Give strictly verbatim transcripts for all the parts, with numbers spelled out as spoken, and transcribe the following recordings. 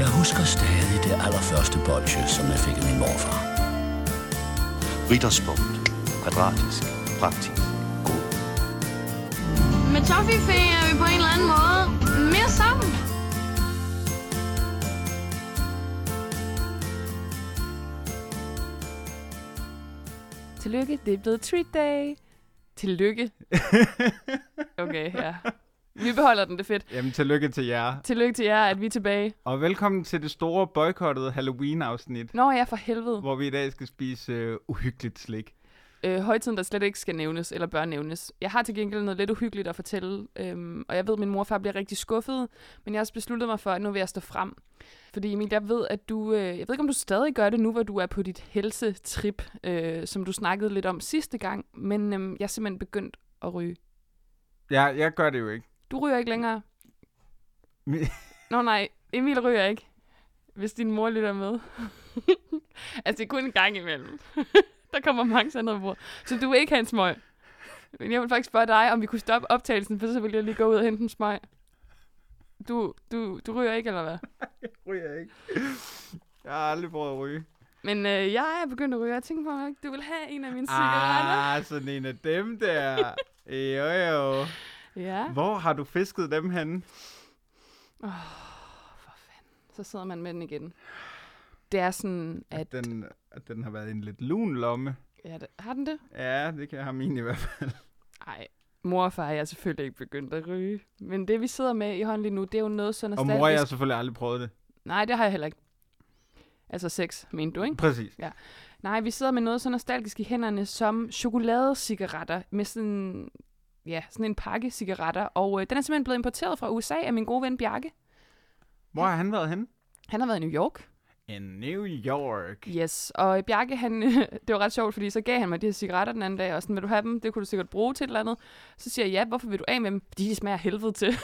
Jeg husker stadig det allerførste bolsje, som jeg fik af min morfar. Ritterspunkt. Kvadratisk. Praktisk. God. Med Toffifee er vi på en eller anden måde mere sammen. Tillykke, det er blevet treat day. Tillykke. Okay, ja. Vi beholder den, det er fedt. Jamen, tillykke til jer. Tillykke til jer, at vi er tilbage. Og velkommen til det store boykottede Halloween-afsnit. Nå ja, for helvede. Hvor vi i dag skal spise uh, uhyggeligt slik. Øh, højtiden, der slet ikke skal nævnes, eller bør nævnes. Jeg har til gengæld noget lidt uhyggeligt at fortælle, øhm, og jeg ved, at min morfar bliver rigtig skuffet, men jeg har også besluttet mig for, at nu vil jeg stå frem. Fordi Emil, jeg ved, at du, øh, jeg ved ikke, om du stadig gør det nu, hvor du er på dit helsetrip, øh, som du snakkede lidt om sidste gang, men øh, jeg er simpelthen begyndt at ryge. Ja, jeg gør det jo ikke. Du ryger ikke længere? Nå nej, Emil ryger ikke, hvis din mor lytter med. Altså, det er kun en gang imellem. Der kommer mange sandere på. Så du vil ikke have en smøg. Men jeg vil faktisk spørge dig, om vi kunne stoppe optagelsen, for så vil jeg lige gå ud og hente en smøg. Du, du, du ryger ikke, eller hvad? Jeg ryger ikke. Jeg har aldrig prøvet at ryge. Men øh, jeg er begyndt at ryge. Jeg tænker på, at du vil have en af mine cigaretter. Ah, sådan en af dem der. Jo, jo. Ja. Hvor har du fisket dem henne? Åh, oh, for fanden. Så sidder man med den igen. Det er sådan, at... At den, at den har været en lidt lun lomme. Ja, det, har den det? Ja, det kan jeg have min i hvert fald. Nej, mor og far er selvfølgelig ikke begyndt at ryge. Men det, vi sidder med i hånden lige nu, det er jo noget så nostalgisk. Og mor, jeg har selvfølgelig aldrig prøvet det. Nej, det har jeg heller ikke. Altså sex, mente du, ikke? Præcis. Ja. Nej, vi sidder med noget så nostalgisk i hænderne som chokoladecigaretter med sådan, ja, sådan en pakke cigaretter. Og øh, den er simpelthen blevet importeret fra U S A af min gode ven Bjarke. Hvor har han været henne? Han har været i New York. I New York. Yes, og Bjarke, han, det var ret sjovt, fordi så gav han mig de her cigaretter den anden dag, og sådan, vil du have dem? Det kunne du sikkert bruge til et eller andet. Så siger jeg, ja, hvorfor vil du af med dem? Fordi de smager helvede til.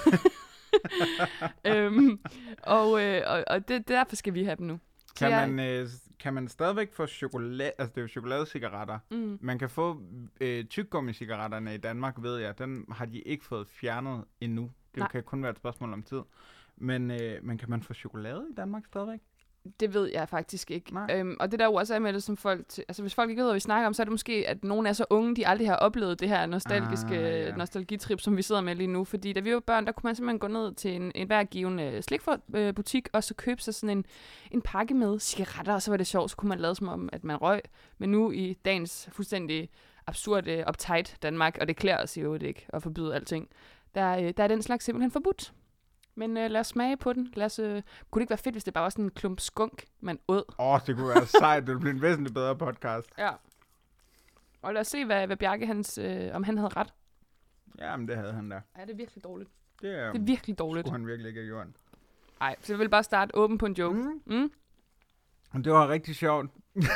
øhm, og øh, og, og det, derfor skal vi have dem nu. Kan jeg... man, øh, kan man stadigvæk få chokolade, altså det er jo chokoladecigaretter. Mm. Man kan få øh, tyggegummi-cigaretterne i Danmark, ved jeg. Den har de ikke fået fjernet endnu. Det Nej. kan kun være et spørgsmål om tid. Men, øh, men kan man få chokolade i Danmark stadigvæk? Det ved jeg faktisk ikke. Øhm, og det der jo også er med det, som folk... T- altså, hvis folk ikke ved, hvad vi snakker om, så er det måske, at nogen er så unge, de aldrig har oplevet det her nostalgiske ah, ja. nostalgitrip, som vi sidder med lige nu. Fordi da vi var børn, der kunne man simpelthen gå ned til en, en hver givende slikbutik, og så købe sig sådan en, en pakke med cigaretter, og så var det sjovt, så kunne man lade som om, at man røg. Men nu i dagens fuldstændig absurde uptight Danmark, og det klæder os jo ikke at forbyde alting, der, der er den slags simpelthen forbudt. Men øh, lad os smage på den. Lad os, øh, kunne det ikke være fedt, hvis det bare var sådan en klump skunk, man åd? Åh, oh, det kunne være sejt. Det ville blive en væsentligt bedre podcast. Ja. Og lad os se, hvad, hvad Bjarke, hans, øh, om han havde ret. Jamen, det havde han da. Ja, det er virkelig dårligt. Det er, det er virkelig dårligt. Skulle han virkelig ikke have gjort. Nej, så jeg vil bare starte åben på en joke. Mm. Mm? Og det var rigtig sjovt.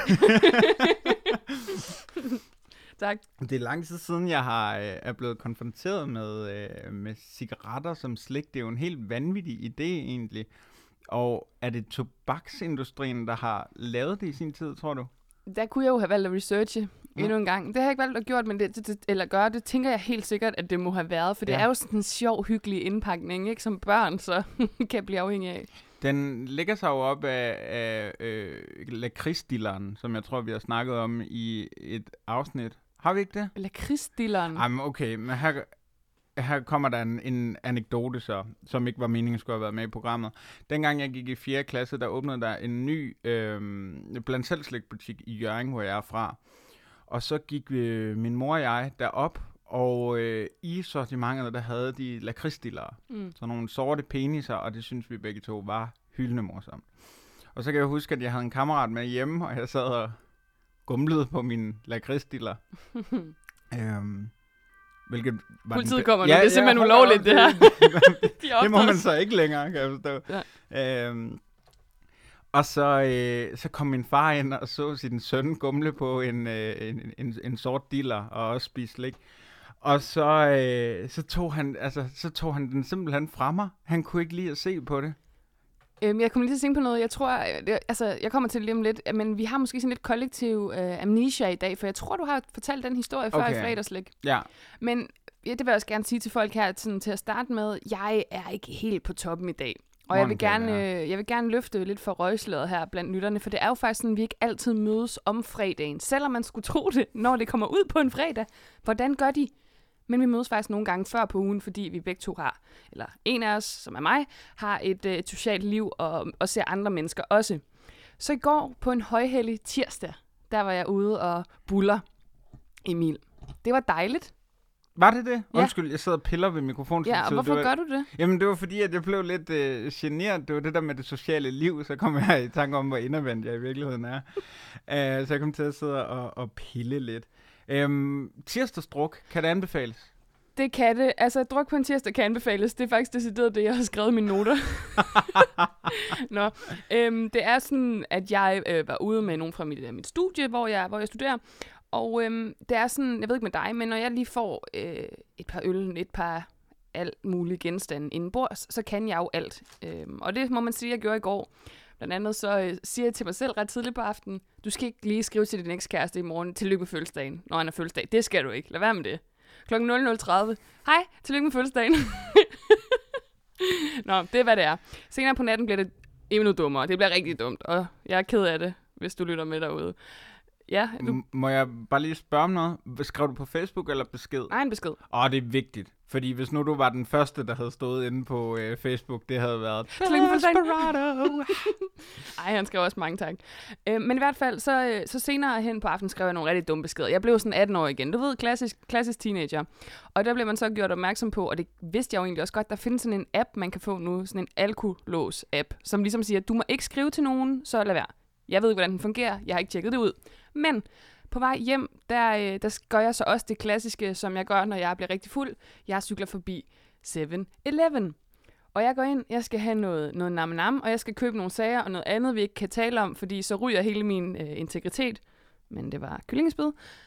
Tak. Det er lang tid siden, jeg har, øh, er blevet konfronteret med, øh, med cigaretter som slik. Det er jo en helt vanvittig idé egentlig. Og er det tobaksindustrien, der har lavet det i sin tid, tror du? Der kunne jeg jo have valgt at researche mm. endnu en gang. Det har jeg ikke valgt at gjort, men det, det, det, eller gøre det, tænker jeg helt sikkert, at det må have været. For ja. Det er jo sådan en sjov, hyggelig indpakning, ikke? Som børn så kan blive afhængig af. Den ligger sig jo op af, af øh, lakridsdilleren, som jeg tror, vi har snakket om i et afsnit. Har vi ikke det? Lakridsdilleren? Jamen okay, men her, her kommer der en, en anekdote så, som ikke var meningen skulle have været med i programmet. Dengang jeg gik i fjerde klasse, der åbnede der en ny øh, blandt selv slikbutik i Hjørring, hvor jeg er fra. Og så gik øh, min mor og jeg derop, og øh, i sortimentet, der havde de lakridsdillere. Mm. Så nogle sorte peniser, og det synes vi begge to var hyldende morsomt. Og så kan jeg huske, at jeg havde en kammerat med hjemme, og jeg sad og gumlede på min lakridsdiller. øhm, hvilket var Politiet den... kommer nu, ja, det er simpelthen ja, ulovligt, op, det her. det, det må man så ikke længere, kan jeg forstå. Ja. Øhm, og så, øh, så kom min far ind og så sin søn gumle på en, øh, en, en, en sort diller og også spise slik. Og så, øh, så, tog han, altså, så tog han den simpelthen fra mig. Han kunne ikke lide at se på det. Øhm, jeg kommer lige til at tænke på noget. Jeg tror, det, altså, jeg kommer til det lige om lidt, men vi har måske sådan lidt kollektiv øh, amnesia i dag, for jeg tror, du har fortalt den historie før okay. i fredagslæg. Ja. Men ja, det vil jeg også gerne sige til folk her, sådan, til at starte med, jeg er ikke helt på toppen i dag. Og jeg vil, gerne, øh, jeg vil gerne løfte lidt for røgslaget her blandt lytterne, for det er jo faktisk sådan, at vi ikke altid mødes om fredagen. Selvom man skulle tro det, når det kommer ud på en fredag. Hvordan gør de? Men vi mødes faktisk nogle gange før på ugen, fordi vi begge to har, eller en af os, som er mig, har et, øh, et socialt liv og, og ser andre mennesker også. Så i går på en højhellig tirsdag, der var jeg ude og buller Emil. Det var dejligt. Var det det? Ja. Undskyld, jeg sidder og piller ved mikrofonen. Ja, og tid. hvorfor det var, gør du det? Jamen, det var fordi, at jeg blev lidt øh, generet. Det var det der med det sociale liv. Så kom jeg i tanke om, hvor indadvendt jeg i virkeligheden er. uh, så jeg kom til at sidde og, og pille lidt. Um, tirsdagsdruk, kan det anbefales? Det kan det. Altså, druk på en tirsdag kan anbefales. Det er faktisk decideret det, jeg har skrevet i mine noter. Nå, øhm, det er sådan, at jeg øh, var ude med nogen fra mit, mit studie, hvor jeg, hvor jeg studerer. Og øhm, det er sådan, jeg ved ikke med dig, men når jeg lige får øh, et par øl, et par alt mulige genstande indenbords, så kan jeg jo alt. Øhm, og det må man sige, jeg gjorde i går. Blandt andet så øh, siger jeg til mig selv ret tidligt på aftenen, du skal ikke lige skrive til din ekskæreste i morgen, tillykke med fødselsdagen, når han er fødselsdag. Det skal du ikke. Lad være med det. Klokken nul nul tredive. Hej, tillykke med fødselsdagen. Nå, det er, hvad det er. Senere på natten bliver det endnu dummere. Det bliver rigtig dumt, og jeg er ked af det, hvis du lytter med derude. Ja, du... M- må jeg bare lige spørge om noget? Skrev du på Facebook eller besked? Nej, en besked. Åh, det er vigtigt. Fordi hvis nu du var den første, der havde stået inde på øh, Facebook, det havde været... Tillykke med fødselsdagen. Ej, han skrev også mange tak. Øh, men i hvert fald, så, øh, så senere hen på aftenen skrev jeg nogle rigtig dumme beskeder. Jeg blev sådan atten år igen. Du ved, klassisk, klassisk teenager. Og der blev man så gjort opmærksom på, og det vidste jeg jo egentlig også godt, der findes sådan en app, man kan få nu, sådan en alkolås-app, som ligesom siger, du må ikke skrive til nogen, så lad være. Jeg ved ikke, hvordan den fungerer. Jeg har ikke tjekket det ud. Men på vej hjem, der, der gør jeg så også det klassiske, som jeg gør, når jeg bliver rigtig fuld. Jeg cykler forbi seven eleven. Og jeg går ind, jeg skal have noget, noget nam-nam, og jeg skal købe nogle sager og noget andet, vi ikke kan tale om, fordi så ryger hele min øh, integritet. Men det var kyllingespyd.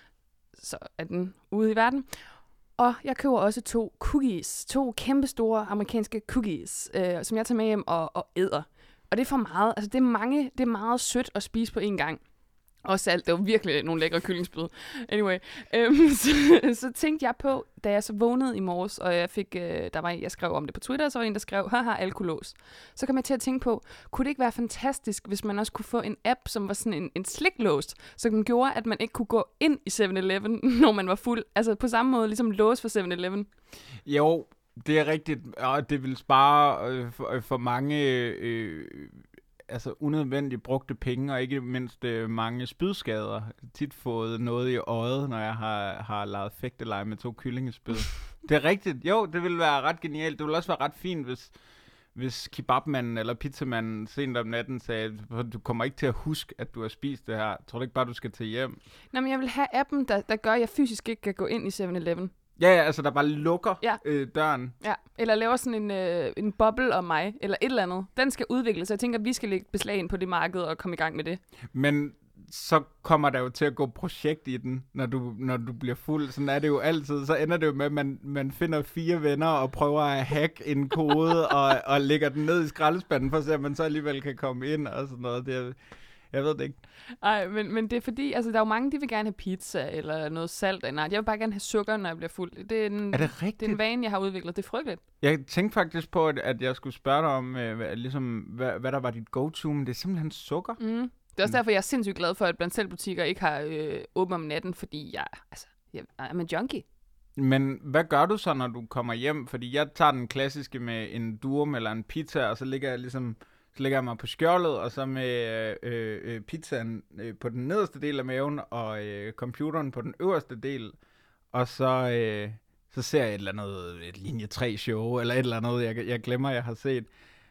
Så er den ude i verden. Og jeg køber også to cookies. To kæmpestore amerikanske cookies, øh, som jeg tager med hjem og, og æder. Og det er for meget. Altså, det er, mange, det er meget sødt at spise på én gang. Og salt, det var virkelig nogle lækre kyllingespyd. Anyway, øhm, så, så tænkte jeg på, da jeg så vågnede i morges, og jeg fik, øh, der var jeg skrev om det på Twitter, og så var en, der skrev, haha, alkolås. Så kom jeg til at tænke på, kunne det ikke være fantastisk, hvis man også kunne få en app, som var sådan en, en sliklås, så den gjorde, at man ikke kunne gå ind i seven eleven, når man var fuld. Altså på samme måde, ligesom lås for seven eleven. Jo, det er rigtigt, og det vil spare øh, for, for mange... Øh, altså unødvendigt brugte penge, og ikke mindst øh, mange spydskader. Jeg har tit fået noget i øjet, når jeg har, har lavet fægteleje med to kyllingespyd. Det er rigtigt. Jo, det ville være ret genialt. Det ville også være ret fint, hvis, hvis kebabmanden eller pizzamanden sent om natten sagde, du kommer ikke til at huske, at du har spist det her. Tror du ikke bare, du skal til hjem? Nå, men jeg vil have appen, der, der gør, at jeg fysisk ikke kan gå ind i seven eleven. Ja, ja, altså der bare lukker ja. øh, døren. Ja, eller laver sådan en, øh, en boble om mig, eller et eller andet. Den skal udvikles, så jeg tænker, at vi skal lægge beslag ind på det marked og komme i gang med det. Men så kommer der jo til at gå projekt i den, når du, når du bliver fuld. Sådan er det jo altid. Så ender det jo med, at man, man finder fire venner og prøver at hacke en kode og, og lægger den ned i skraldespanden, for at se, at man så alligevel kan komme ind og sådan noget. Det er, jeg ved det ikke. Nej, men, men det er fordi, altså der er jo mange, de vil gerne have pizza eller noget salt. Nej, jeg vil bare gerne have sukker, når jeg bliver fuld. Det er, en, er det rigtigt? Det er en vane, jeg har udviklet. Det er frygteligt. Jeg tænkte faktisk på, at, at jeg skulle spørge dig om, øh, hvad, ligesom, hvad, hvad der var dit go-to, men det er simpelthen sukker. Mm. Det er også derfor, jeg er sindssygt glad for, at blandt selv butikker ikke har øh, åbent om natten, fordi jeg, altså, jeg er en junkie. Men hvad gør du så, når du kommer hjem? Fordi jeg tager den klassiske med en durum eller en pizza, og så ligger jeg ligesom... Så lægger jeg mig på skjoldet, og så med øh, øh, pizzaen øh, på den nederste del af maven, og øh, computeren på den øverste del. Og så, øh, så ser jeg et eller andet et linje tre show, eller et eller andet, jeg, jeg glemmer, jeg har set.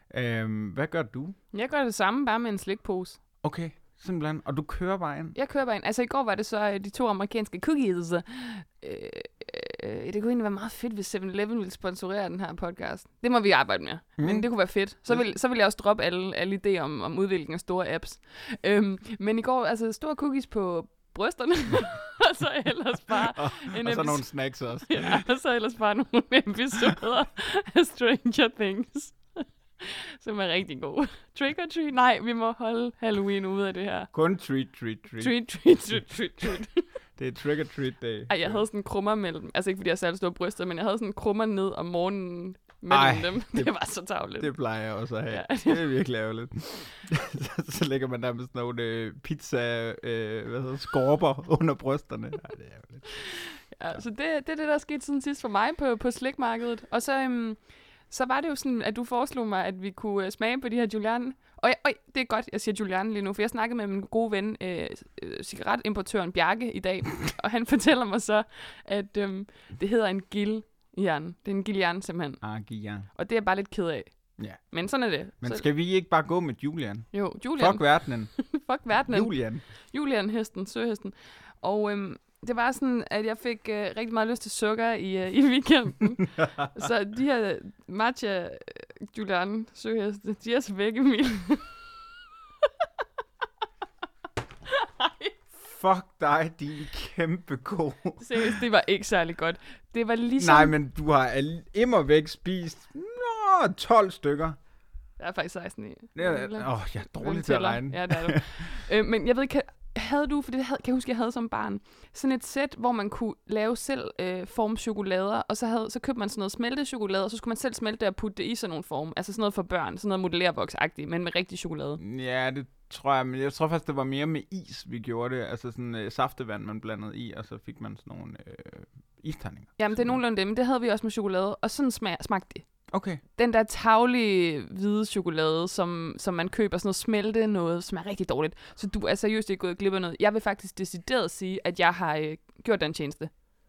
Øh, hvad gør du? Jeg gør det samme, bare med en slikpose. Okay, simpelthen. Og du kører bare ind? Jeg kører bare ind. Altså i går var det så de to amerikanske cookies. Øh, øh, det kunne egentlig være meget fedt, hvis seven eleven ville sponsorere den her podcast. Det må vi arbejde med. Mm. Men det kunne være fedt. Så vil, så vil jeg også droppe alle, alle idéer om, om udvikling af store apps. Øhm, men i går, altså store cookies på brysterne. Og så ellers bare... og, en og så episode- nogle snacks også. Ja, og så ellers bare nogle episoder af Stranger Things. Som er rigtig god. Trick or treat? Nej, vi må holde Halloween ude af det her. Kun treat, treat, treat. Treat, treat, treat, treat, treat. Det er trick or treat day. Ej, jeg havde sådan krummer mellem, altså ikke fordi jeg har særlig store bryster, men jeg havde sådan krummer ned om morgenen mellem dem. Det, det var så tarveligt. Det plejer jeg også at have. Ja. Det er virkelig ærgerligt. så, så lægger man der med sådan nogle øh, pizza, øh, hvad hedder skorper under brysterne. Nej, det er ærgerligt. Ja, ja. Så det, det er det, der er sket siden sidst for mig på, på slikmarkedet. Og så, øhm, så var det jo sådan, at du foreslog mig, at vi kunne øh, smage på de her Julian. Og jeg, øj, det er godt, jeg siger Julian lige nu, for jeg snakkede med min gode ven, øh, øh, cigaretimportøren Bjarke i dag, og han fortæller mig så, at øhm, det hedder en Gillian. Det er en Gillian simpelthen. Ah, Gillian. Og det er jeg bare lidt ked af. Ja. Men sådan er det. Men så, skal vi ikke bare gå med Julian? Jo, Julian. Fuck verdenen. Fuck verdenen. Julian. Julian hesten, søhesten. Og øhm, det var sådan, at jeg fik øh, rigtig meget lyst til sukker i, øh, i weekenden. Så de her matcha øh, Julian søheste, de er så væk, Emil. Fuck dig, din kæmpe ko. Seriøst, det var ikke særlig godt. Det var ligesom... Nej, men du har al- immervæk spist nå, tolv stykker. Jeg er faktisk seksten i. Åh, oh, jeg er dårlig til at regne. Ja, det er du. øh, men jeg ved ikke, havde du, for det havde, kan jeg huske, jeg havde som barn, sådan et sæt, hvor man kunne lave selv øh, form chokolader, og så, havde, så købte man sådan noget smeltet chokolade, og så skulle man selv smelte det og putte det i sådan nogle form. Altså sådan noget for børn, sådan noget modellervoks-agtigt, men med rigtig chokolade. Ja, det tror jeg, men jeg tror faktisk, det var mere med is, vi gjorde det. Altså sådan øh, saftevand, man blandede i, og så fik man sådan nogle øh, isterninger. Jamen, det er nogenlunde det, men det havde vi også med chokolade, og sådan smag, smagte det. Okay. Den der taglige hvide chokolade, som, som man køber, sådan noget smelte noget, som er rigtig dårligt. Så du er seriøst ikke gået glip af noget. Jeg vil faktisk decideret sige, at jeg har øh, gjort den tjeneste.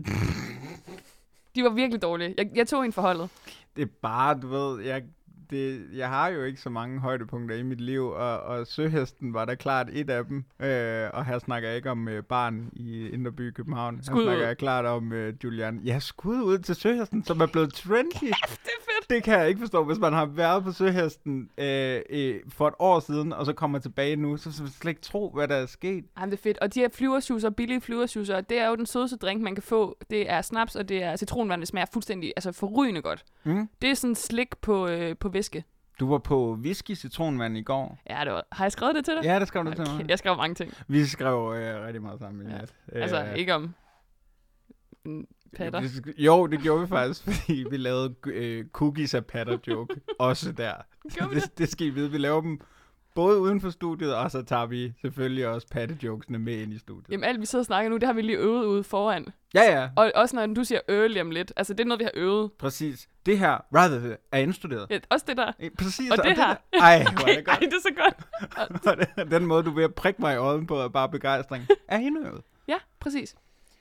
De var virkelig dårlige. Jeg, jeg tog en for holdet. Det er bare, du ved, jeg, det, jeg har jo ikke så mange højdepunkter i mit liv, og, og søhesten var da klart et af dem. Øh, og her snakker jeg ikke om øh, barn i Indre By i København. Her Skud snakker ud. jeg klart om øh, Julian. Ja, skud ud til søhesten, som er blevet trendy. Kæft, det er fedt. Det kan jeg ikke forstå, hvis man har været på søhesten øh, øh, for et år siden, og så kommer tilbage nu, så skal man slet ikke tro, hvad der er sket. Jamen, det er fedt. Og de her flyverschusser, billige flyverschusser, det er jo den sødeste drink, man kan få. Det er snaps, og det er citronvand, det smager fuldstændig, altså forrygende godt. Mm. Det er sådan slik på, øh, på væske. Du var på whisky citronvand i går. Ja, det var... Har jeg skrevet det til dig? Ja, det skrev du Okay. til mig. Jeg skrev mange ting. Vi skrev øh, rigtig meget sammen i Ja. nat. Altså, Øh, ikke om patter. vi sk- Jo, det gjorde vi faktisk, fordi vi lavede øh, cookies af patter joke. Også der. Gjorde vi det, det skal I vide. Vi laver dem både uden for studiet, og så tager vi selvfølgelig også patte-jokesene med ind i studiet. Jamen, alt vi sidder og snakker nu, det har vi lige øvet ude foran. Ja, ja. Og også når du siger øve lige om lidt. Altså, det er noget, vi har øvet. Præcis. Det her, rather, er indstuderet. Ja, også det der. Eh, Præcis. Og det her. Der, ej, hvor er Okay, det ej, godt. det er så godt. Den måde, du er ved at prikke mig i øjet på, er bare begejstring. Er indøvet. Ja, præcis.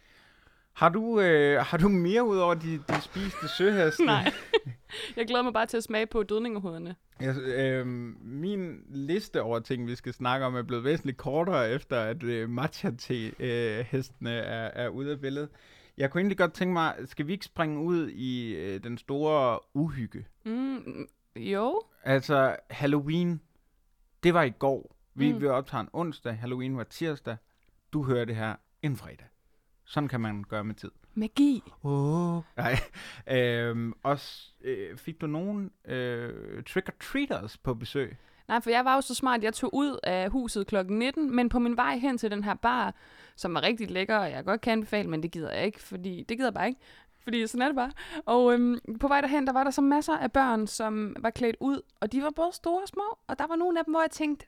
Har du, øh, har du mere ud over de, de spiste søheste? Nej. Jeg glæder mig bare til at smage på dødningehovederne. Jeg, øh, min liste over ting, vi skal snakke om, er blevet væsentligt kortere, efter at øh, matcha-te-hestene er, er ude af billedet. Jeg kunne egentlig godt tænke mig, skal vi ikke springe ud i øh, den store uhygge? Mm, jo. Altså, Halloween, det var i går. Vi Mm. vil optage en onsdag, Halloween var tirsdag. Du hører det her en fredag. Sådan kan man gøre med tid. Magi. Åh. Oh. Nej. Øhm, også, øh, fik du nogen øh, trick-or-treaters på besøg? Nej, for jeg var jo så smart, jeg tog ud af huset klokken nitten, men på min vej hen til den her bar, som er rigtig lækker, og jeg godt kan anbefale, men det gider jeg ikke, fordi det gider jeg bare ikke. Fordi sådan er det bare. Og øhm, på vej derhen, der var der så masser af børn, som var klædt ud, og de var både store og små, og der var nogle af dem, hvor jeg tænkte,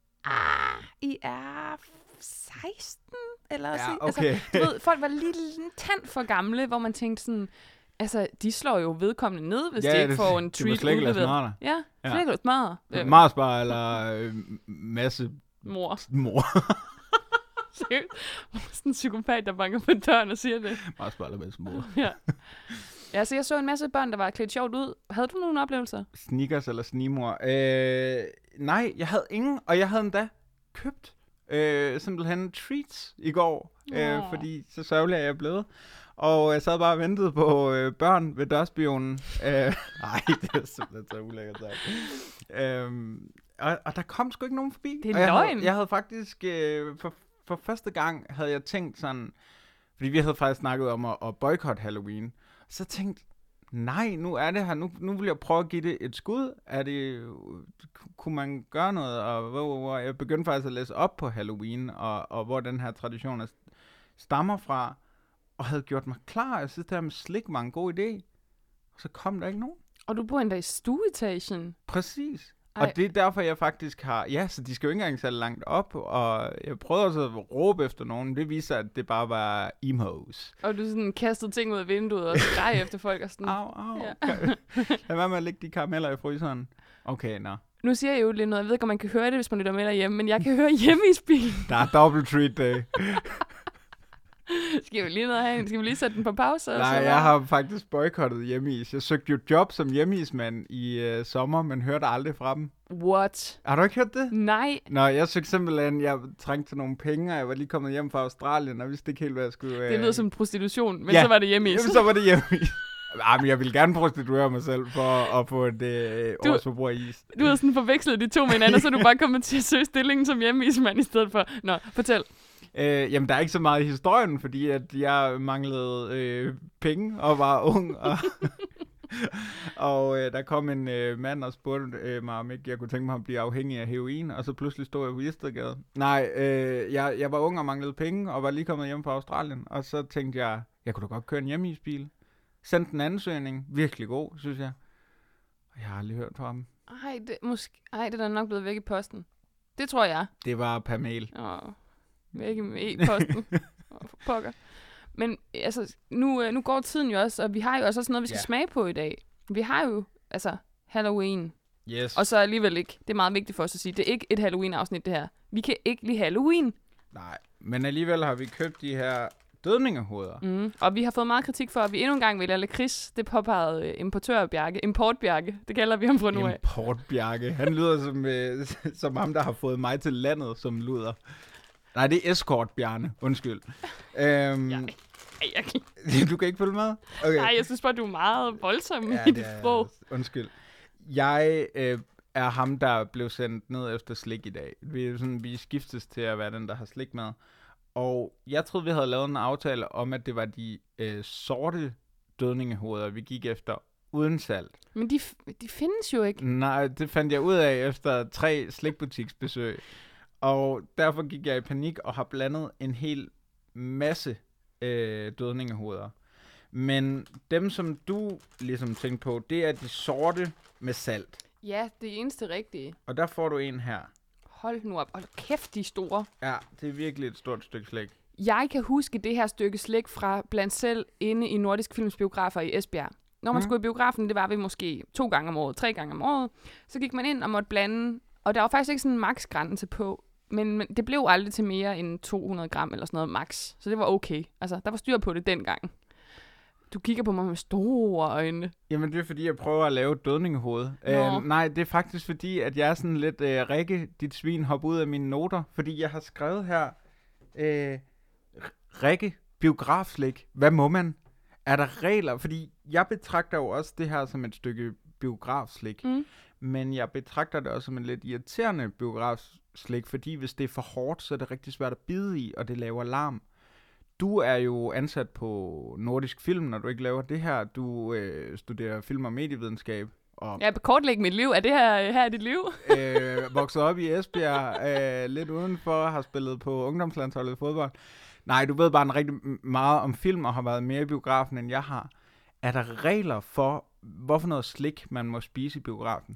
ah, I er seksten? Eller Ja, sådan. okay. Altså, du ved, folk var lige en tand for gamle, hvor man tænkte sådan, altså, de slår jo vedkommende ned, hvis Ja, de ikke det- får en det treat må slet ikke lade udleveret. smadre dig. Ja, Ja. slet ikke lade smadre. Øh, Øh, Marsbar eller øh, masse mor. mor. Seriøst. Sådan en psykopat, der banker på døren og siger det. Marsbar eller masse mor. Ja. Ja, så jeg så en masse børn, der var klædt sjovt ud. Havde du nogle oplevelser? Sneakers eller snimor. Øh, nej, jeg havde ingen, og jeg havde endda købt øh, simpelthen treats i går, øh, Åh. fordi så sørgelig er jeg blevet. Og jeg sad bare og ventede på øh, børn ved dørspionen. Øh, nej, det er simpelthen så ulækkert sagt. Øh, og, og der kom sgu ikke nogen forbi. Det er Og jeg løgn. Havde, jeg havde faktisk, øh, for, for første gang havde jeg tænkt sådan, fordi vi havde faktisk snakket om at, at boykotte Halloween. Så jeg tænkte, nej, nu er det her. Nu, nu vil jeg prøve at give det et skud. Er det, kunne man gøre noget? Og hvor, hvor, jeg begyndte faktisk at læse op på Halloween, og, og hvor den her tradition er, stammer fra, og havde gjort mig klar. Jeg synes, det her med slik var en god idé. Og så kom der ikke nogen. Og du bor endda i stueetagen. Præcis. Ej. Og det er derfor, jeg faktisk har... Ja, så de skal jo ikke engang så langt op, og jeg prøvede også at råbe efter nogen. Det viser, at det bare var emos. Og du sådan kastede ting ud af vinduet og skreg efter folk og sådan. Au, au. Ja. Lad være med at lægge de karameller i fryseren. Okay, nå. Nu siger jeg jo lidt noget. Jeg ved ikke, om man kan høre det, hvis man lytter med derhjemme, men jeg kan høre hjemme i bilen. Der er double treat day. Skal vi lige noget have? Skal vi lige sætte den på pause? Nej, så jeg har faktisk boykottet hjemmeis. Jeg søgte jo job som hjemmeismand i øh, sommer, men hørte aldrig fra dem. What? Har du ikke hørt det? Nej. Nå, jeg søgte simpelthen, jeg trængte til nogle penge, og jeg var lige kommet hjem fra Australien, og vidste ikke helt, hvad jeg skulle... Øh... Det lyder som prostitution, men ja. så var det hjemmeis. Jamen, så var det hjemmeis. Jamen, jeg ville gerne prostituere mig selv for at få et øh, Du- års forbrug af is. Du har sådan forvekslet de to med hinanden, og så er du bare kommet til at søge stillingen som hjemmeismand i stedet for. Nå, fortæl. Øh, jamen, der er ikke så meget i historien, fordi at jeg manglede øh, penge og var ung. Og, og øh, der kom en øh, mand og spurgte øh, mig, om ikke jeg kunne tænke mig at blive afhængig af heroin, og så pludselig stod jeg på Istedgade. Nej, øh, jeg, jeg var ung og manglede penge, og var lige kommet hjem fra Australien, og så tænkte jeg, jeg kunne da godt køre en hjemmeisbil. Sendte en ansøgning, virkelig god, synes jeg. Og jeg har aldrig hørt fra ham. Ej, det, måske, ej, det er da nok blevet væk i posten. Det tror jeg. Det var per mail. Åh, væk i e-posten. Åh, for pokker. Men altså, nu, øh, nu går tiden jo også, og vi har jo også sådan noget, vi skal Ja. smage på i dag. Vi har jo, altså, Halloween. Yes. Og så alligevel ikke. Det er meget vigtigt for os at sige. Det er ikke et Halloween-afsnit, det her. Vi kan ikke lide Halloween. Nej, men alligevel har vi købt de her dødningehoveder. Mm. Og vi har fået meget kritik for, at vi endnu en gang vælger lakrids. Det påpegede øh, importør-Bjarke. Import-Bjarke. Det kalder vi ham fra nu af. Import-Bjarke. Han lyder som, øh, som ham, der har fået mig til landet som luder. Nej, det er Escort-Bjarne. Undskyld. Øhm, Ja. Ej, jeg kan... du kan ikke følge med? Okay. Nej, jeg synes bare, du er meget voldsom Ja, i dit det er- sprog. Undskyld. Jeg øh, er ham, der blev sendt ned efter slik i dag. Vi, er sådan, vi skiftes til at være den, der har slik med. Og jeg troede, vi havde lavet en aftale om, at det var de øh, sorte dødningehoveder, vi gik efter uden salt. Men de, f- de findes jo ikke. Nej, det fandt jeg ud af efter tre slikbutiksbesøg. Og derfor gik jeg i panik og har blandet en hel masse øh, dødningehoveder. Men dem, som du ligesom tænkte på, det er de sorte med salt. Ja, det eneste rigtige. Og der får du en her. Hold nu op. Hold kæft, de er store. Ja, det er virkelig et stort stykke slik. Jeg kan huske det her stykke slik fra blandt selv inde i Nordisk Films biografer i Esbjerg. Når man Mm. skulle i biografen, det var vi måske to gange om året, tre gange om året, så gik man ind og måtte blande, og der var faktisk ikke sådan en maksgrænse på, men, men det blev aldrig til mere end to hundrede gram eller sådan noget max, så det var okay. Altså, der var styr på det dengang. Du kigger på mig med store øjne. Jamen, det er fordi, jeg prøver at lave et dødningehoved. Nå. Øh, nej, det er faktisk fordi, at jeg er sådan lidt, øh, Rikke, dit svin, hop ud af mine noter. Fordi jeg har skrevet her, øh, Rikke, biografslik, hvad må man? Er der regler? Fordi jeg betragter jo også det her som et stykke biografslik. Mm. Men jeg betragter det også som en lidt irriterende biografslik, fordi hvis det er for hårdt, så er det rigtig svært at bide i, og det laver larm. Du er jo ansat på Nordisk Film, når du ikke laver det her. Du øh, studerer film- og medievidenskab. Og Jeg vil kortlægge mit liv. Er det her, her er dit liv? øh, vokset op i Esbjerg, øh, lidt udenfor, har spillet på ungdomslandsholdet i fodbold. Nej, du ved bare en rigtig meget om film, og har været mere i biografen, end jeg har. Er der regler for, hvorfor noget slik, man må spise i biografen?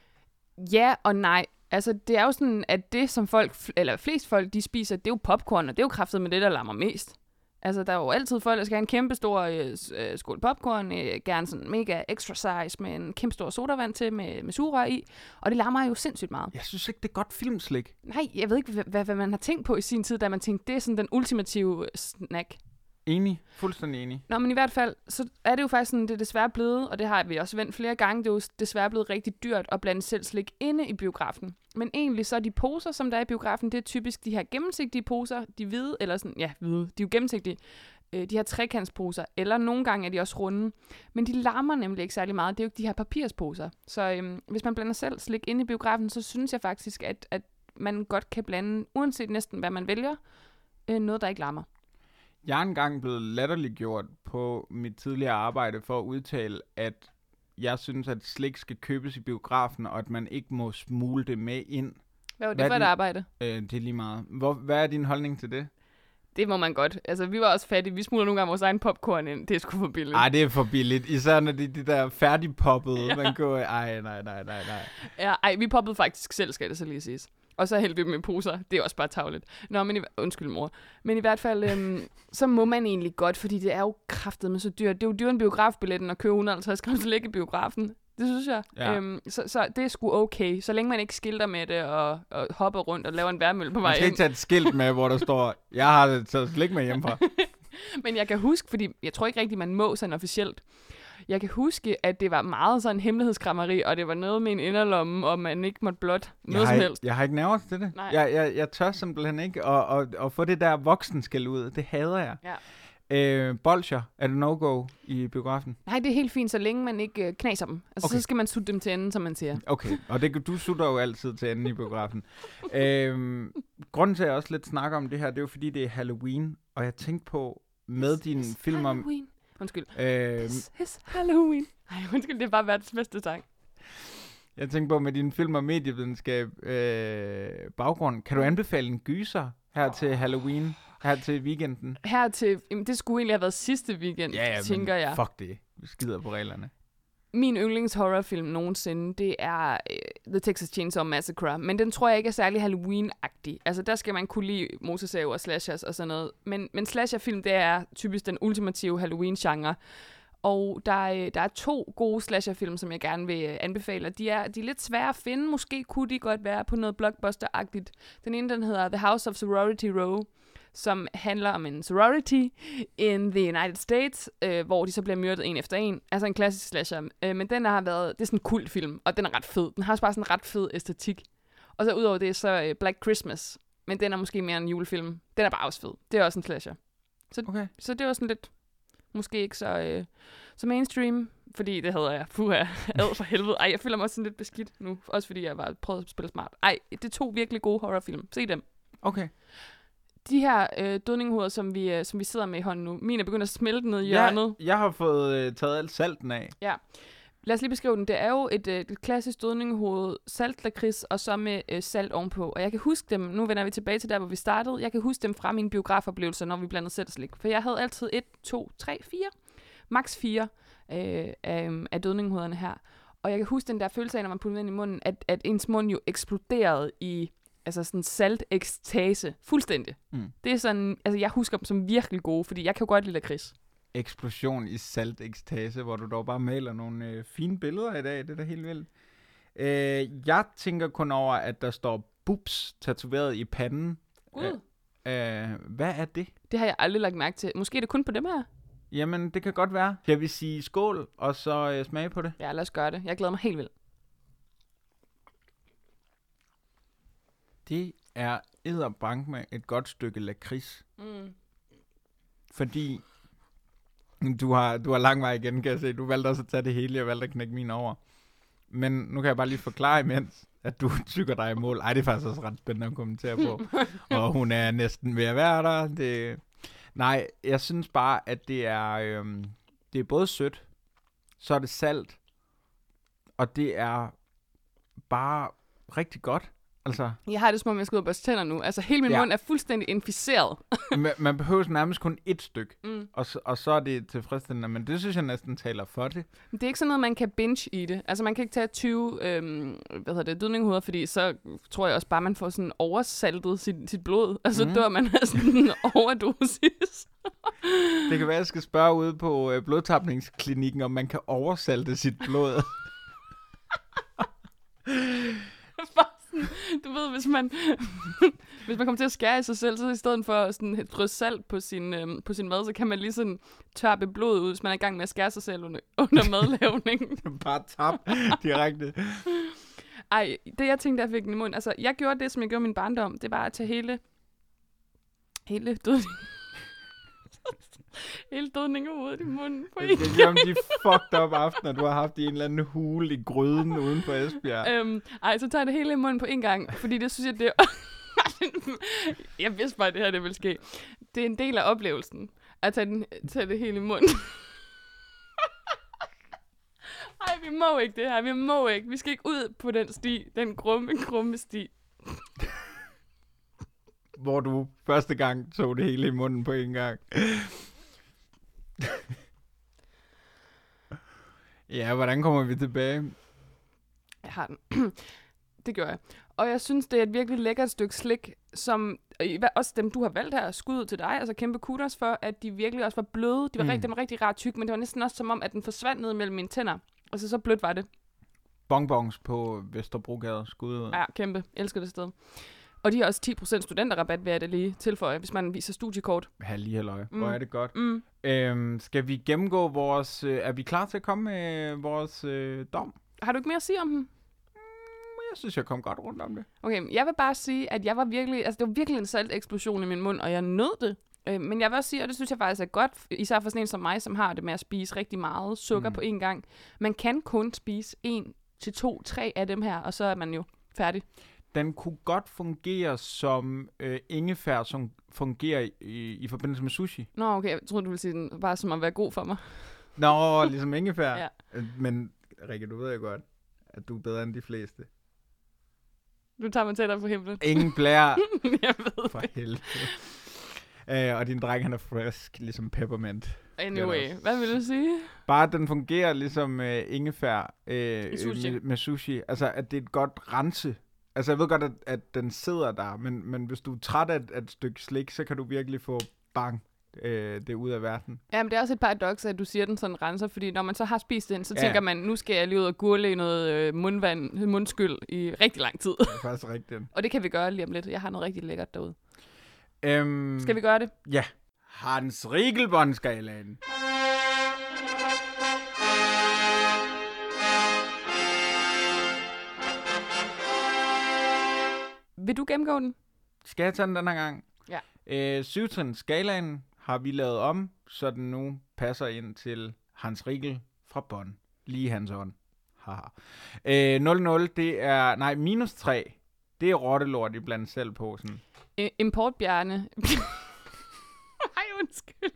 Ja og nej. Altså, det er jo sådan, at det, som folk, eller flest folk, de spiser, det er jo popcorn, og det er jo kraftet med det, der lammer mest. Altså, der er jo altid folk, der skal have en kæmpe stor øh, skål popcorn, øh, gerne sådan mega extra size, med en kæmpe stor sodavand til, med, med sugerør i, og det lammer jo sindssygt meget. Jeg synes ikke, det er godt filmslik. Nej, jeg ved ikke, hvad, hvad, hvad man har tænkt på i sin tid, da man tænkte, det er sådan den ultimative snack. Enig. Fuldstændig enig. Nå, men i hvert fald, så er det jo faktisk sådan, det er desværre blevet, og det har vi også vendt flere gange, det er jo desværre blevet rigtig dyrt at blande selv slik inde i biografen. Men egentlig så er de poser, som der er i biografen, det er typisk de her gennemsigtige poser, de hvide, eller sådan, ja, hvide, de er jo gennemsigtige, øh, de her trekantsposer, eller nogle gange er de også runde. Men de larmer nemlig ikke særlig meget, det er jo ikke de her papirsposer. Så øhm, hvis man blander selv slik inde i biografen, så synes jeg faktisk, at, at man godt kan blande, uanset næsten hvad man vælger, øh, noget, der ikke larmer. Jeg er engang blevet latterliggjort på mit tidligere arbejde for at udtale, at jeg synes, at slik skal købes i biografen, og at man ikke må smule det med ind. Hvad var det Hvad for er et din- arbejde? Øh, det er lige meget. Hvor, hvad er din holdning til det? Det må man godt. Altså, vi var også fattige. Vi smuler nogle gange vores egen popcorn ind. Det er sgu for billigt. Ej, det er for billigt. Især når det de der færdigpoppede, ja. man går... Ej, nej, nej, nej, nej. Ja, ej, vi poppede faktisk selv, skal det så lige siges. Og så hældte vi dem i poser. Det er også bare tarveligt. Nå, men i, undskyld, mor. Men i hvert fald, øhm, så må man egentlig godt, fordi det er jo kraftedeme så dyrt. Det er jo dyrt en biografbilletten at købe et hundrede og halvtreds gram til lægge i biografen. Det synes jeg. Ja. Øhm, så, så det er sgu okay. Så længe man ikke skilter med det og, og hopper rundt og laver en værmølle på vej ind. Man skal ikke tage et skilt med, hvor der står, jeg har taget slik med hjemmefra. Men jeg kan huske, fordi jeg tror ikke rigtigt, man må sådan officielt. Jeg kan huske, at det var meget sådan hemmelighedskrammeri, og det var noget med en inderlomme, og man ikke måtte blot noget jeg som har, helst. Jeg har ikke nerver til det. Jeg, jeg, jeg tør simpelthen ikke at, at, at få det der voksenskæld ud. Det hader jeg. Ja. Øh, bolsjer, er det no-go i biografen? Nej, det er helt fint, så længe man ikke øh, knaser dem. Altså, okay. Så skal man sutte dem til enden, som man siger. Okay, og det, du sutter jo altid til enden i biografen. øh, grunden til, at jeg også lidt snakker om det her, det er jo fordi, det er Halloween, og jeg tænkte på med din film om... Halloween. Undskyld. Øh, This is Halloween. Ej, undskyld, det er bare verdens bedste sang. Jeg tænkte på med din film om medievidenskab øh, baggrund. Kan du anbefale en gyser her til Halloween? Her til weekenden? Her til... Jamen, det skulle egentlig have været sidste weekend, ja, ja, tænker men jeg. Fuck det. Vi skider på reglerne. Min yndlingshorrorfilm nogensinde, det er uh, The Texas Chainsaw Massacre. Men den tror jeg ikke er særlig Halloween-agtig. Altså, der skal man kunne lide motorsav og slashers og sådan noget. Men, men slasherfilm, det er typisk den ultimative Halloween-genre. Og der er, der er to gode slasherfilm, som jeg gerne vil anbefale. De er, de er lidt svære at finde. Måske kunne de godt være på noget blockbuster-agtigt. Den ene, den hedder The House of Sorority Row, som handler om en sorority in the United States, øh, hvor de så bliver myrdet en efter en. Altså en klassisk slasher. Øh, men den har været, det er sådan en kultfilm, og den er ret fed. Den har også bare sådan en ret fed æstetik. Og så udover det, så øh, Black Christmas. Men den er måske mere en julefilm. Den er bare også fed. Det er også en slasher. Så, okay. så det var sådan lidt, måske ikke så, øh, så mainstream, fordi det havde jeg. Puh, jeg ad for helvede. Ej, jeg føler mig også sådan lidt beskidt nu. Også fordi jeg var prøvet at spille smart. Ej, det er to virkelig gode horrorfilm. Se dem. Okay. De her øh, dødninghoveder, som vi, øh, som vi sidder med i hånden nu, min er begyndt at smelte ned i hjørnet. Ja, jeg har fået øh, taget alt salten af. Ja. Lad os lige beskrive den. Det er jo et, øh, et klassisk dødninghoved, saltlakrids og så med øh, salt ovenpå. Og jeg kan huske dem, nu vender vi tilbage til der, hvor vi startede. Jeg kan huske dem fra mine biografoplevelser, når vi blandede saltslik. For jeg havde altid et, to, tre, fire, max fire øh, af, af dødninghovederne her. Og jeg kan huske den der følelse af, når man puttede ind i munden, at, at ens mund jo eksploderede i... Altså sådan saltekstase. Fuldstændig. Mm. Det er sådan, altså jeg husker dem som virkelig gode, fordi jeg kan jo godt lide lakrids. Eksplosion i saltekstase, hvor du dog bare maler nogle øh, fine billeder i dag. Det er da helt vildt. Øh, jeg tænker kun over, at der står boobs tatoveret i panden. Gud. Øh, øh, hvad er det? Det har jeg aldrig lagt mærke til. Måske er det kun på dem her. Jamen, det kan godt være. Jeg vil sige skål, og så øh, smage på det. Ja, lad os gøre det. Jeg glæder mig helt vildt. Det er edderbank med et godt stykke lakrids. Mm. Fordi du har, du har lang vej igen, kan jeg se. Du valgte også at tage det hele, jeg valgte at knække min over. Men nu kan jeg bare lige forklare imens, at du tykker dig i mål. Ej, det er faktisk også ret spændende at kommentere på. Og hun er næsten ved at være der. Det... Nej, jeg synes bare, at det er, øhm, det er både sødt, så er det salt, og det er bare rigtig godt. Altså, jeg har det som om, jeg skal ud og børste tænder nu. Altså, hele min ja. mund er fuldstændig inficeret. man, man behøver nærmest kun ét stykke, mm. og, så, og så er det tilfredsstillende. Men det synes jeg næsten taler for det. Det er ikke sådan noget, man kan binge i det. Altså, man kan ikke tage tyve øhm, hvad hedder det, dødninghoveder, fordi så tror jeg også bare, man får sådan oversaltet sit, sit blod. Altså, mm. så dør man af sådan en overdosis. Det kan være, at jeg skal spørge ude på øh, blodtapningsklinikken, om man kan oversalte sit blod. Du ved, hvis man hvis man kommer til at skære i sig selv, så i stedet for sådan et drøs salt på sin, øhm, på sin mad, så kan man lige sådan tørpe blodet ud, hvis man er i gang med at skære sig selv under, under madlavningen. Bare tap direkte. Ej, det jeg tænkte, jeg fik den i munden. Altså, jeg gjorde det, som jeg gjorde i min barndom. Det var at tage hele hele dødning hele dødningehovedet i munden på en gang. Det er de fucked up aftener, du har haft i en eller anden hule i gryden uden for Esbjerg. Øhm, ej, så tager jeg det hele i munden på en gang, fordi det synes jeg, det er... Jeg vidste bare, at det her det ville ske. Det er en del af oplevelsen, at tage, den, tage det hele i munden. Ej, vi må ikke det her, vi må ikke. Vi skal ikke ud på den sti, den grumme, grumme sti. hvor du første gang tog det hele i munden på en gang. Ja, hvordan kommer vi tilbage? Jeg har den. Det gør jeg. Og jeg synes, det er et virkelig lækkert stykke slik, som også dem, du har valgt her, skud til dig, altså kæmpe kudos for, at de virkelig også var bløde. De var, mm. rigtig, de var rigtig ret tyk, men det var næsten også som om, at den forsvandt ned mellem mine tænder. Altså, så blødt var det. Bonbons på Vesterbrogade, skud. Ja, kæmpe. Elsker det sted. Og de har også ti procent studenterrabat, vil jeg det lige tilføje, hvis man viser studiekort. Halli halløj. Mm. Hvor er det godt. Mm. Øhm, skal vi gennemgå vores... Øh, er vi klar til at komme med vores øh, dom? Har du ikke mere at sige om den? Jeg synes, jeg kom godt rundt om det. Okay, jeg vil bare sige, at jeg var virkelig... Altså, det var virkelig en salteksplosion i min mund, og jeg nød det. Øh, men jeg vil også sige, og det synes jeg faktisk er godt, især for sådan en som mig, som har det med at spise rigtig meget sukker mm. på én gang. Man kan kun spise en til to, tre af dem her, og så er man jo færdig. Den kunne godt fungere som øh, ingefær, som fungerer i, i forbindelse med sushi. Nå, okay. Jeg troede, du ville sige den bare som at være god for mig. Nå, ligesom ingefær. Ja. Men Rikke, du ved jo godt, at du er bedre end de fleste. Du tager mig tættere på himlen. Ingen blære. Jeg ved for helvede. Øh, og din dreng, han er frisk, ligesom peppermint. Anyway, hvad vil du sige? Bare at den fungerer ligesom øh, ingefær øh, sushi. Med, med sushi. Altså, at det er et godt rense. Altså, jeg ved godt, at, at den sidder der, men, men hvis du er træt af, af et stykke slik, så kan du virkelig få bang øh, det ud af verden. Jamen, det er også et paradoks, at du siger den sådan renser, fordi når man så har spist den, så ja. tænker man, nu skal jeg lige ud og gurle i noget øh, mundvand, mundskyld i rigtig lang tid. Det er faktisk rigtigt. Og det kan vi gøre lige om lidt. Jeg har noget rigtig lækkert derude. Øhm, skal vi gøre det? Ja. Hans Riegelbåndskalaen. Vil du gennemgå den? Skal jeg tage den den her gang? Ja. Øh, syvtrins skalaen har vi lavet om, så den nu passer ind til Hans Riegel fra Bonn. Lige hans ånd. Haha. Øh, nul nul, det er... Nej, minus tre. Det er rottelort i blandt selv posen. I- importbjerne. Ej, undskyld.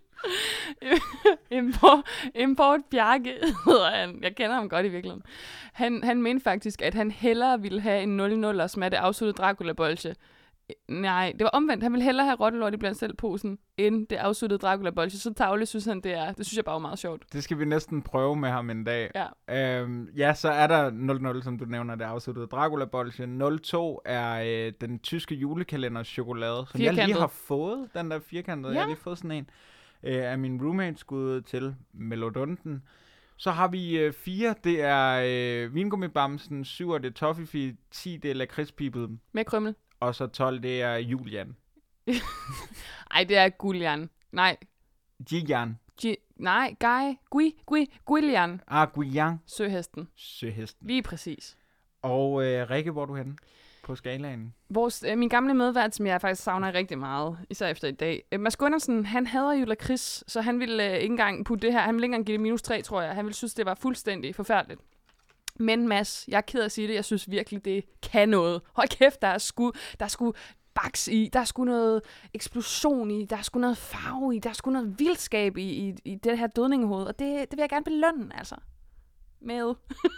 Import, import Bjarke hedder han. Jeg kender ham godt i virkeligheden. Han, han mente faktisk, at han hellere ville have en nul nul som er det afsluttede Dracula-bolsje. Nej, det var omvendt. Han ville hellere have rottelort i blandt selv posen, end det afsluttede Dracula-bolsje. Så tavle synes han, det er. Det synes jeg bare var meget sjovt. Det skal vi næsten prøve med ham en dag. Ja, øhm, ja så er der nul nul, som du nævner, det afsluttede Dracula-bolsje. nul to er øh, den tyske julekalenders chokolade, som firkantet. Jeg lige har fået. Den der firkantede. Ja. Jeg har lige fået sådan en øh, af min roommate skud til Melodunden. Så har vi øh, fire. Det er øh, vingummibamsen. syv er det Toffifee. ti det er lakridspibet. med krømmel. Og så tolv, det er Julian. Ej, det er Gullian. Nej. Gijan. G- nej, Guy. Gui, Gui, Gullian. Ah, Guian. Søhesten. Søhesten. Lige præcis. Og øh, Rikke, hvor er du henne på skalaen? Vores, øh, min gamle medvært, som jeg faktisk savner rigtig meget, især efter i dag. Øh, Mads Gundersen, han hader jo lakrids, så han ville øh, ikke engang putte det her. Han ville ikke engang give det minus tre, tror jeg. Han ville synes, det var fuldstændig forfærdeligt. Men Mads, jeg er ked af at sige det, jeg synes virkelig, det kan noget. Hold kæft, der er sgu, der er sgu baks i, der er sgu noget eksplosion i, der er sgu noget farve i, der er sgu noget vildskab i, i, i det her dødningehoved, og det, det vil jeg gerne belønne, altså. Med.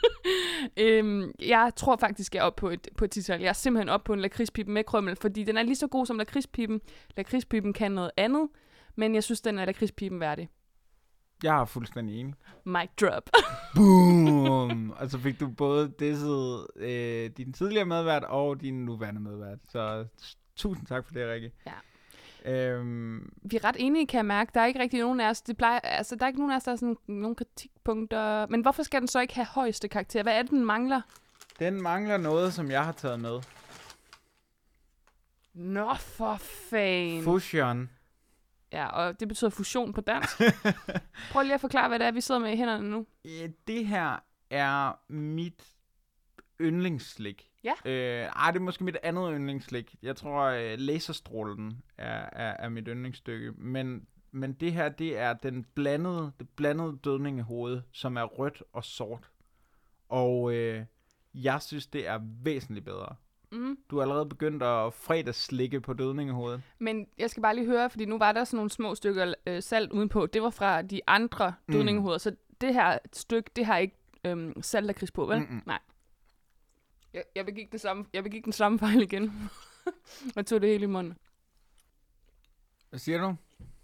øhm, jeg tror faktisk, jeg er oppe på et, på et tital. Jeg er simpelthen oppe på en lakridspipe med krømmel, fordi den er lige så god som lakridspipen. Lakridspipen kan noget andet, men jeg synes, den er lakridspipen værdig. Jeg er fuldstændig enig. Mic drop. Boom! Og så fik du både disset øh, din tidligere medvært og din nuværende medvært. Så tusind tak for det, Rikke. Ja. Øhm, Vi er ret enige, kan jeg mærke. Der er ikke rigtig nogen af os, det plejer, altså, der er ikke nogen af os, der er sådan nogle kritikpunkter. Men hvorfor skal den så ikke have højeste karakter? Hvad er det, den mangler? den mangler noget, som jeg har taget med. Nå, for fan. Fusion. Ja, og det betyder fusion på dansk. Prøv lige at forklare, hvad det er, vi sidder med i hænderne nu. Øh, Det her er mit yndlingsslik. Ja. Øh, ej, det er måske mit andet yndlingsslik. Jeg tror, øh, laserstrålen er, er, er mit yndlingsstykke. Men, men det her, det er den blandede, det blandede dødningehoved, som er rødt og sort. Og øh, jeg synes, det er væsentligt bedre. Mm. Du er allerede begyndt at fredagsslikke på dødningehovedet. Men jeg skal bare lige høre, fordi nu var der sådan nogle små stykker øh, salt udenpå. Det var fra de andre dødningehoveder. Mm. Så det her stykke, det har ikke øhm, salt og kris på, vel? Mm-mm. Nej. Jeg, jeg begik den samme, jeg begik den samme fejl igen. Og tog det hele i munden. Hvad siger du?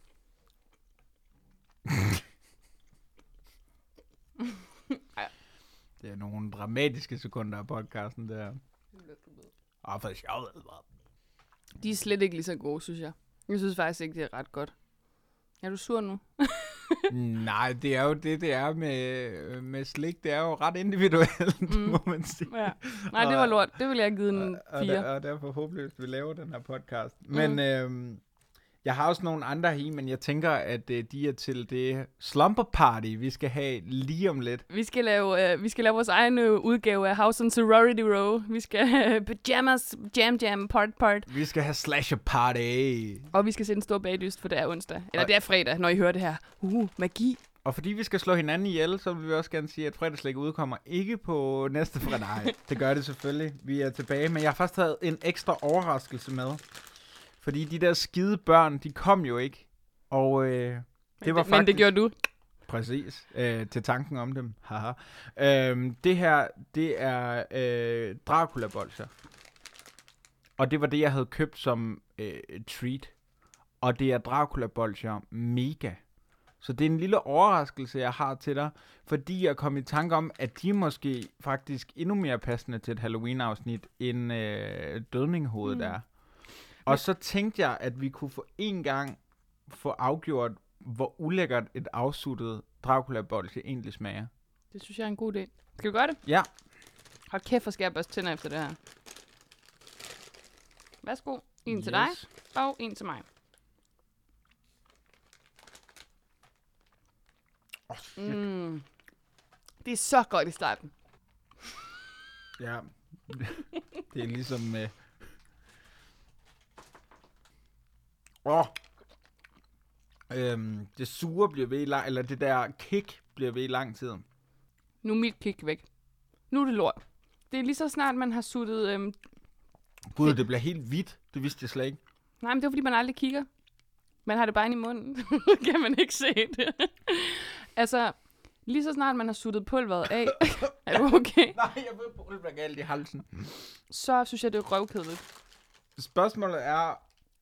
Det er nogle dramatiske sekunder af podcasten, der. Åh, for sjovt. De er slet ikke lige så gode, synes jeg. Jeg synes faktisk ikke, det er ret godt. Er du sur nu? Nej, det er jo det, det er med, med slik. Det er jo ret individuelt, mm. må man sige. Ja. Nej, det var lort. Det vil jeg give en og, fire. Og, der, og derfor håbløst, vi laver den her podcast. Men mm. øhm, jeg har også nogle andre her, men jeg tænker, at øh, de er til det slumber party, vi skal have lige om lidt. Vi skal lave, øh, vi skal lave vores egen øh, udgave af House on Sorority Row. Vi skal have pyjamas, jam jam, part part. Vi skal have slasher party. Og vi skal se en stor bagdyst, for det er onsdag. Eller og det er fredag, når I hører det her. Uh, magi. Og fordi vi skal slå hinanden ihjel, så vil vi også gerne sige, at fredagslæg udkommer ikke på næste fredag. Nej, det gør det selvfølgelig. Vi er tilbage, men jeg har faktisk taget en ekstra overraskelse med. Fordi de der skide børn, de kom jo ikke. Og øh, det men, var det, faktisk... Men det gjorde du. Præcis. Øh, til tanken om dem. Haha. Øh, det her, det er øh, Dracula-bolcher. Og det var det, jeg havde købt som øh, treat. Og det er Dracula-bolcher mega. Så det er en lille overraskelse, jeg har til dig. Fordi jeg kom i tanke om, at de er måske faktisk endnu mere passende til et Halloween-afsnit, end øh, dødninghovedet mm. er. Og så tænkte jeg, at vi kunne for en gang få afgjort, hvor ulækkert et afsuttet Dracula-bolche egentlig smager. Det synes jeg er en god idé. Skal vi gøre det? Ja. Hold kæft, for skal jeg børste tænder efter det her. Værsgo. En yes. til dig, og en til mig. Oh, shit. Mm. Det er så godt i starten. Ja. Det er ligesom... Øh... Åh. Oh. Øhm, det sure bliver ved i lang... Eller det der kick bliver ved i lang tid. Nu er mit kick væk. Nu er det lort. Det er lige så snart, man har suttet... Øhm... Gud, det bliver helt hvidt. Det vidste jeg slet ikke. Nej, men det er fordi, man aldrig kigger. Man har det bare inde i munden. Kan man ikke se det. Altså, lige så snart man har suttet pulveret af... Er du okay? Nej, jeg ved, pulveret galt i halsen. Så synes jeg, det er røvkedeligt. Spørgsmålet er,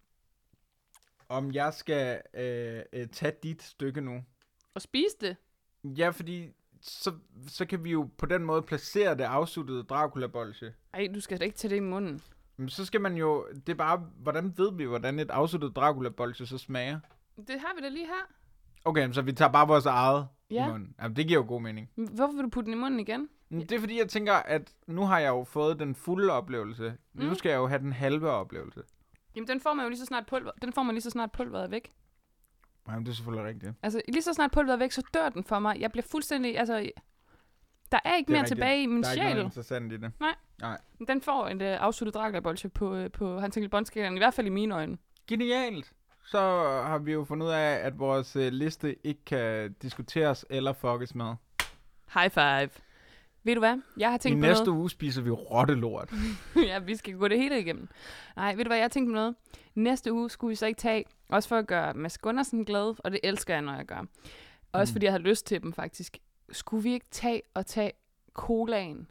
om jeg skal øh, øh, tage dit stykke nu. Og spise det? Ja, fordi så, så kan vi jo på den måde placere det afsuttede Dracula-bolche. Ej, du skal da ikke tage det i munden. Men så skal man jo... Det er bare... Hvordan ved vi, hvordan et afsuttet Dracula-bolche så smager? Det har vi da lige her. Okay, så vi tager bare vores eget ja. i munden. Jamen, det giver jo god mening. Hvorfor vil du putte den i munden igen? Men det er fordi, jeg tænker, at nu har jeg jo fået den fulde oplevelse. Mm. Nu skal jeg jo have den halve oplevelse. Jamen, den får man jo lige så snart pulver. Den får man lige så snart pulveret er væk. Jamen, det er selvfølgelig rigtigt. Altså, lige så snart pulveret er væk, så dør den for mig. Jeg bliver fuldstændig... Altså, der er ikke mere rigtigt. tilbage i min sjæl. Der er sjæl. ikke noget interessant i det. Nej. Nej. Den får en uh, afsluttet Dracula-bolche på, uh, på Hans Engel Bond-skalaen. I hvert fald i mine øjne. Genialt. Så har vi jo fundet ud af, at vores uh, liste ikke kan diskuteres eller fuckes med. High five. Ved du hvad? Jeg har tænkt I på næste noget. uge spiser vi rottelort. Ja, vi skal gå det hele igennem. Nej, ved du hvad? Jeg har tænkt på noget. Næste uge skulle vi så ikke tage, også for at gøre Mads Gundersen glad, og det elsker jeg, når jeg gør. Også mm. fordi jeg har lyst til dem, faktisk. Skulle vi ikke tage og tage colaen?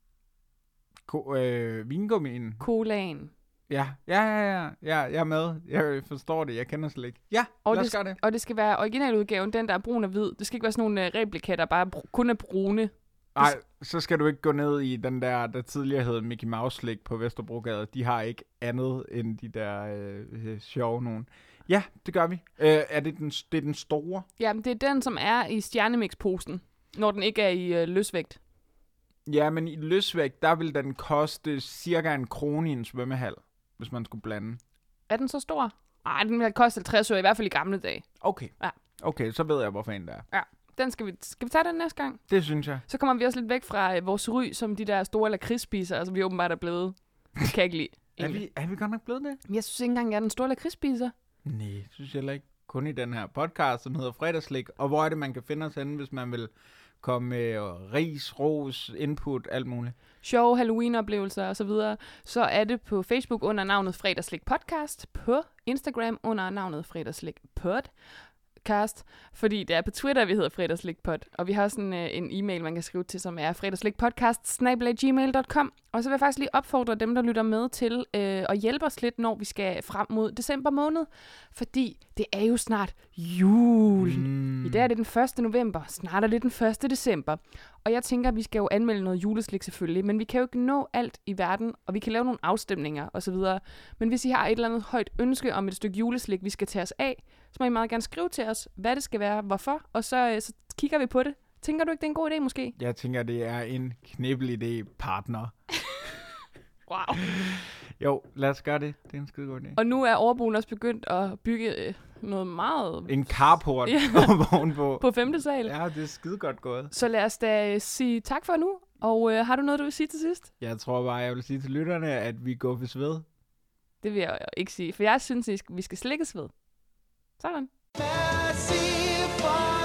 Ko- øh, vingummien? Colaen. Ja, ja, ja, ja, ja, jeg er med. Jeg forstår det, jeg kender slet ikke. Ja, og lad os det, gøre det. Og det skal være originaludgaven, den der er brun og hvid. Det skal ikke være sådan nogle uh, replikater, der bare br- kun er brune. Nej, så skal du ikke gå ned i den der, der tidligere hed Mickey Mouse-slik på Vesterbrogade. De har ikke andet end de der øh, sjove nogen. Ja, det gør vi. Øh, er det den, det er den store? Ja, det er den, som er i stjernemix-posen, når den ikke er i øh, løsvægt. Ja, men i løsvægt, der vil den koste cirka en krone i en svømmehal, hvis man skulle blande. Er den så stor? Nej, den vil koste halvtreds øre, i hvert fald i gamle dage. Okay. Ja. Okay, så ved jeg, hvorfor en der er. Ja. Den skal vi, skal vi tage den næste gang? Det synes jeg. Så kommer vi også lidt væk fra øh, vores ry, som de der store lakridsspiser, altså vi åbenbart er blevet. Det kan jeg ikke lide. er, vi, er vi godt nok blevet det? Jeg synes ikke engang, jeg er den store lakridsspiser. Nej, synes jeg heller ikke. Kun i den her podcast, som hedder Fredagslik. Og hvor er det, man kan finde os henne, hvis man vil komme med ris, ros, input, alt muligt. Sjove Halloween-oplevelser og så videre. Så er det på Facebook under navnet Fredagslik Podcast. På Instagram under navnet Fredagslik Podcast. Fordi det er på Twitter, vi hedder Fredagslik Pod. Og vi har sådan uh, en e-mail, man kan skrive til, som er fredagslikpodcast snabel-a gmail punktum com. Og så vil jeg faktisk lige opfordre dem, der lytter med til øh, at hjælpe os lidt, når vi skal frem mod december måned. Fordi det er jo snart jul. Mm. I dag er det den første november. Snart er det den første december. Og jeg tænker, at vi skal jo anmelde noget juleslik selvfølgelig. Men vi kan jo ikke nå alt i verden. Og vi kan lave nogle afstemninger osv. Men hvis I har et eller andet højt ønske om et stykke juleslik, vi skal tage os af, så må I meget gerne skrive til os, hvad det skal være, hvorfor. Og så, øh, så kigger vi på det. Tænker du ikke, det er en god idé måske? Jeg tænker, det er en knibbel idé, partner. Wow. Jo, lad os gøre det. Det er en skide god idé. Og nu er overboen også begyndt at bygge øh, noget meget... En carport ja. ovenpå. På femte sal. Ja, det er skide godt gået. Så lad os da sige tak for nu. Og øh, har du noget, du vil sige til sidst? Jeg tror bare, jeg vil sige til lytterne, at vi går for sved. Det vil jeg ikke sige, for jeg synes, vi skal slikkes ved. Sådan. Merci for